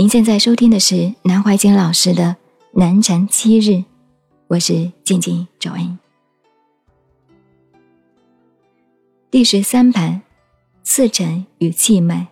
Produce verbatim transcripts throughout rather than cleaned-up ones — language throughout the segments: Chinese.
您现在收听的是南怀瑾老师的南禅七日，我是静静周恩。第十三盘，次沉与气脉。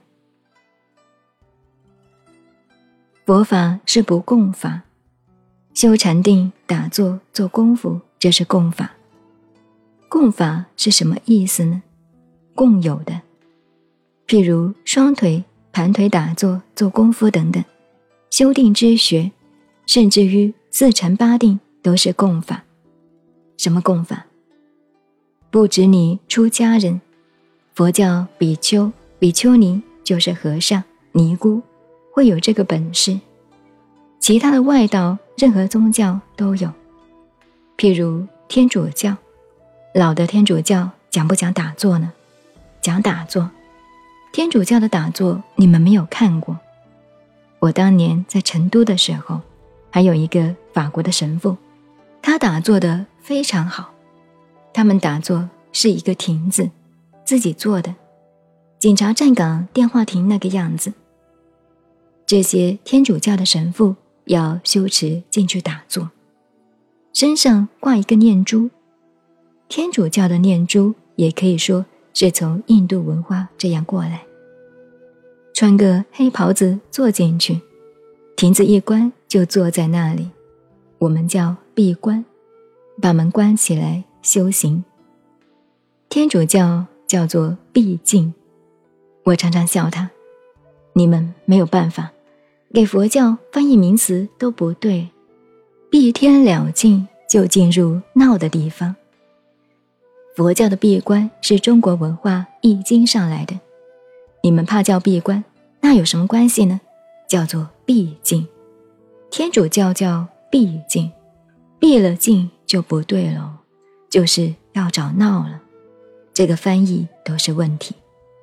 佛法是不共法，修禅定、打坐、做功夫，这是共法。共法是什么意思呢？共有的，譬如双腿、盘腿打坐、做功夫等等，修定之学，甚至于四禅八定都是共法。什么共法？不止你出家人，佛教比丘、比丘尼就是和尚、尼姑会有这个本事，其他的外道任何宗教都有。譬如天主教，老的天主教讲不讲打坐呢？讲打坐。天主教的打坐你们没有看过。我当年在成都的时候，还有一个法国的神父，他打坐的非常好。他们打坐是一个亭子，自己做的，警察站岗电话亭那个样子。这些天主教的神父要修持进去打坐，身上挂一个念珠。天主教的念珠也可以说是从印度文化这样过来，穿个黑袍子坐进去，亭子一关就坐在那里，我们叫闭关，把门关起来修行。天主教叫做闭静。我常常笑他，你们没有办法，给佛教翻译名词都不对，闭天了静就进入闹的地方。佛教的闭关是中国文化易经上来的，你们怕叫闭关，那有什么关系呢？叫做闭静。天主教叫闭静，闭了静就不对了，就是要找闹了，这个翻译都是问题。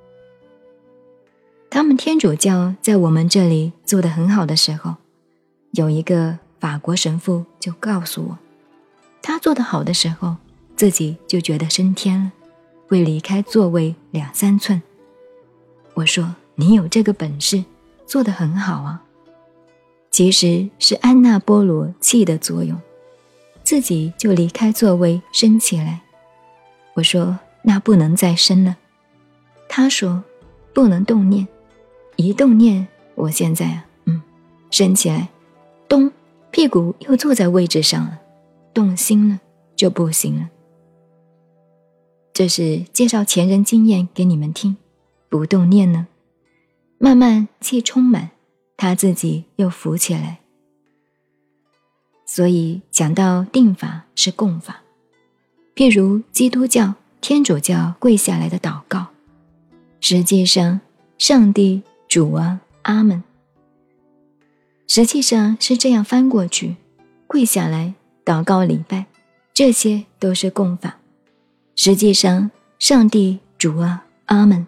他们天主教在我们这里做得很好的时候，有一个法国神父就告诉我，他做得好的时候自己就觉得升天了，会离开座位两三寸。我说你有这个本事，做得很好啊。其实是安那波罗气的作用，自己就离开座位升起来。我说那不能再升了。他说不能动念，一动念我现在啊，嗯，升起来，咚，屁股又坐在位置上了，动心了就不行了。这是介绍前人经验给你们听，不动念呢，慢慢气充满，他自己又浮起来。所以讲到定法是共法，譬如基督教、天主教跪下来的祷告，实际上上帝、主啊、阿们，实际上是这样翻过去，跪下来祷告礼拜，这些都是共法。实际上上帝、主啊、阿们，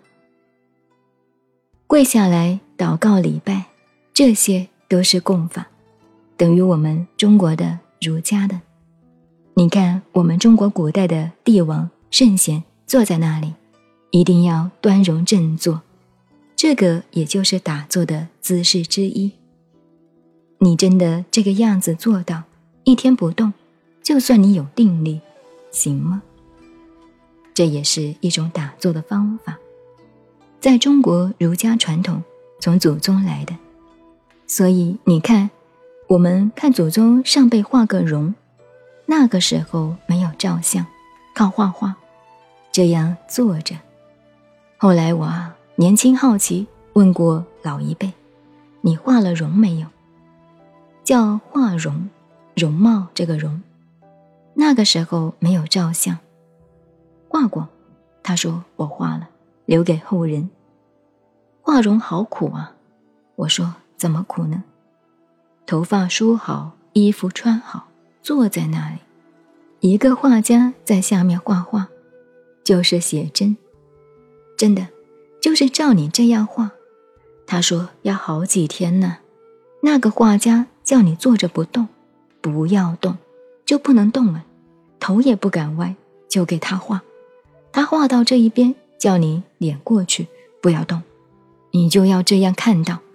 跪下来祷告礼拜，这些都是共法，等于我们中国的儒家的。你看我们中国古代的帝王圣贤坐在那里，一定要端容正坐，这个也就是打坐的姿势之一。你真的这个样子做到一天不动，就算你有定力，行吗？这也是一种打坐的方法，在中国儒家传统从祖宗来的。所以你看，我们看祖宗上辈画个容，那个时候没有照相，靠画画，这样坐着。后来我啊年轻好奇，问过老一辈，你画了容没有？叫画容，容貌这个容。那个时候没有照相，画过，他说我画了，留给后人。画容好苦啊，我说怎么苦呢？头发梳好，衣服穿好，坐在那里，一个画家在下面画画，就是写真，真的就是照你这样画。他说要好几天呢，那个画家叫你坐着不动，不要动，就不能动了，头也不敢歪，就给他画。他画到这一边，叫你脸过去，不要动，你就要这样看到，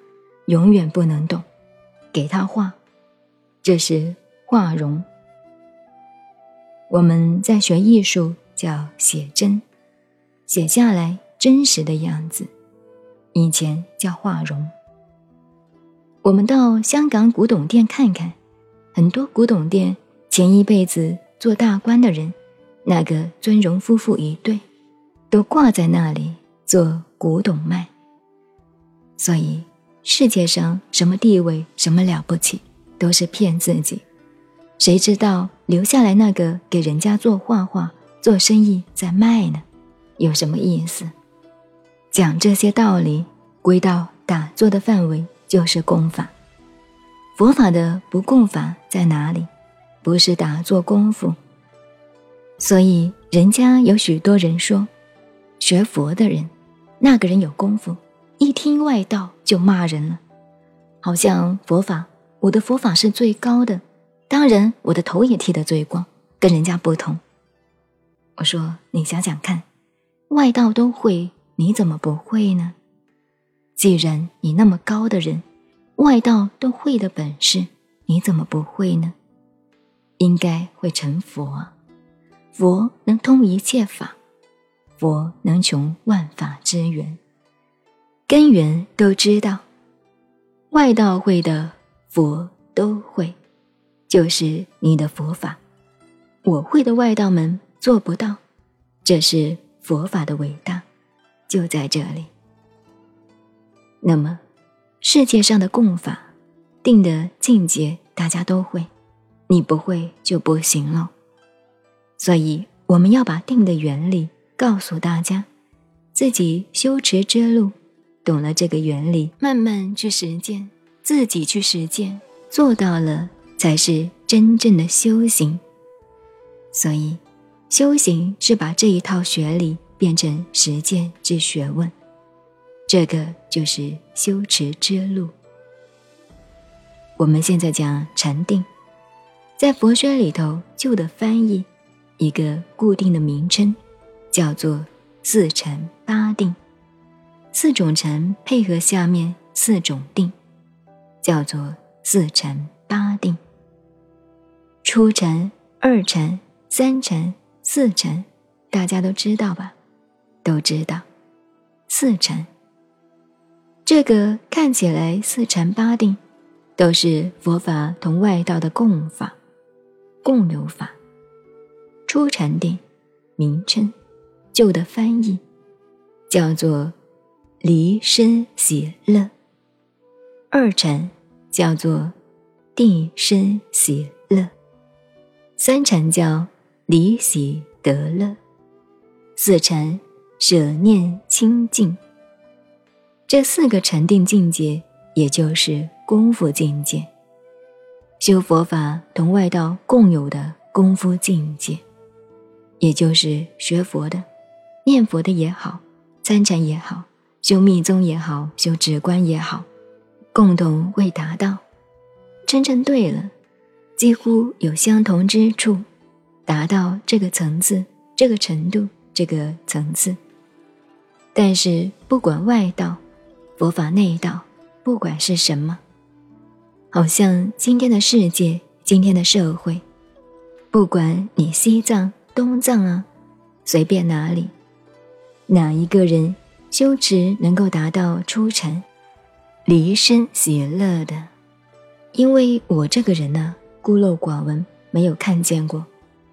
永远不能懂，给他画，这是画容。我们在学艺术叫写真，写下来真实的样子，以前叫画容。我们到香港古董店看看，很多古董店前一辈子做大官的人，那个尊荣夫妇一对，都挂在那里做古董卖。所以世界上什么地位什么了不起，都是骗自己。谁知道留下来那个给人家做画画做生意在卖呢，有什么意思？讲这些道理归到打坐的范围，就是功法。佛法的不共法在哪里？不是打坐功夫。所以人家有许多人说，学佛的人，那个人有功夫，一听外道就骂人了，好像佛法，我的佛法是最高的，当然我的头也剃得最光，跟人家不同。我说你想想看，外道都会，你怎么不会呢？既然你那么高的人，外道都会的本事，你怎么不会呢？应该会成佛啊！佛能通一切法，佛能穷万法之源，根源都知道，外道会的佛都会，就是你的佛法。我会的外道们做不到，这是佛法的伟大，就在这里。那么世界上的共法定的境界大家都会，你不会就不行了。所以我们要把定的原理告诉大家，自己修持之路懂了这个原理，慢慢去实践，自己去实践，做到了才是真正的修行。所以修行是把这一套学理变成实践之学问，这个就是修持之路。我们现在讲禅定，在佛学里头旧的翻译一个固定的名称，叫做四禅八定，四种禅配合下面四种定，叫做四禅八定。初禅、二禅、三禅、四禅，大家都知道吧？都知道。四禅，这个看起来四禅八定都是佛法同外道的共法、共有法。初禅定名称旧的翻译叫做离生喜乐，二禅叫做地生喜乐，三禅叫离喜得乐，四禅舍念清净。这四个禅定境界也就是功夫境界，修佛法同外道共有的功夫境界，也就是学佛的、念佛的也好，参禅也好，修密宗也好，修止观也好，共同会达到。真正对了，几乎有相同之处，达到这个层次、这个程度、这个层次。但是不管外道、佛法内道，不管是什么，好像今天的世界、今天的社会，不管你西藏、东藏啊，随便哪里，哪一个人修持能够达到初禅、离生喜乐的？因为我这个人呢、啊，孤陋寡闻，没有看见过。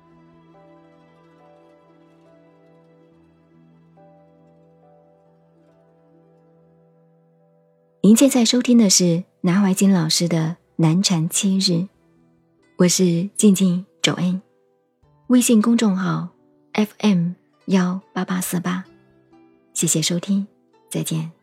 您现在收听的是南怀瑾老师的南禅七日，我是静静周恩，微信公众号 F M 一八八四八，谢谢收听，再见。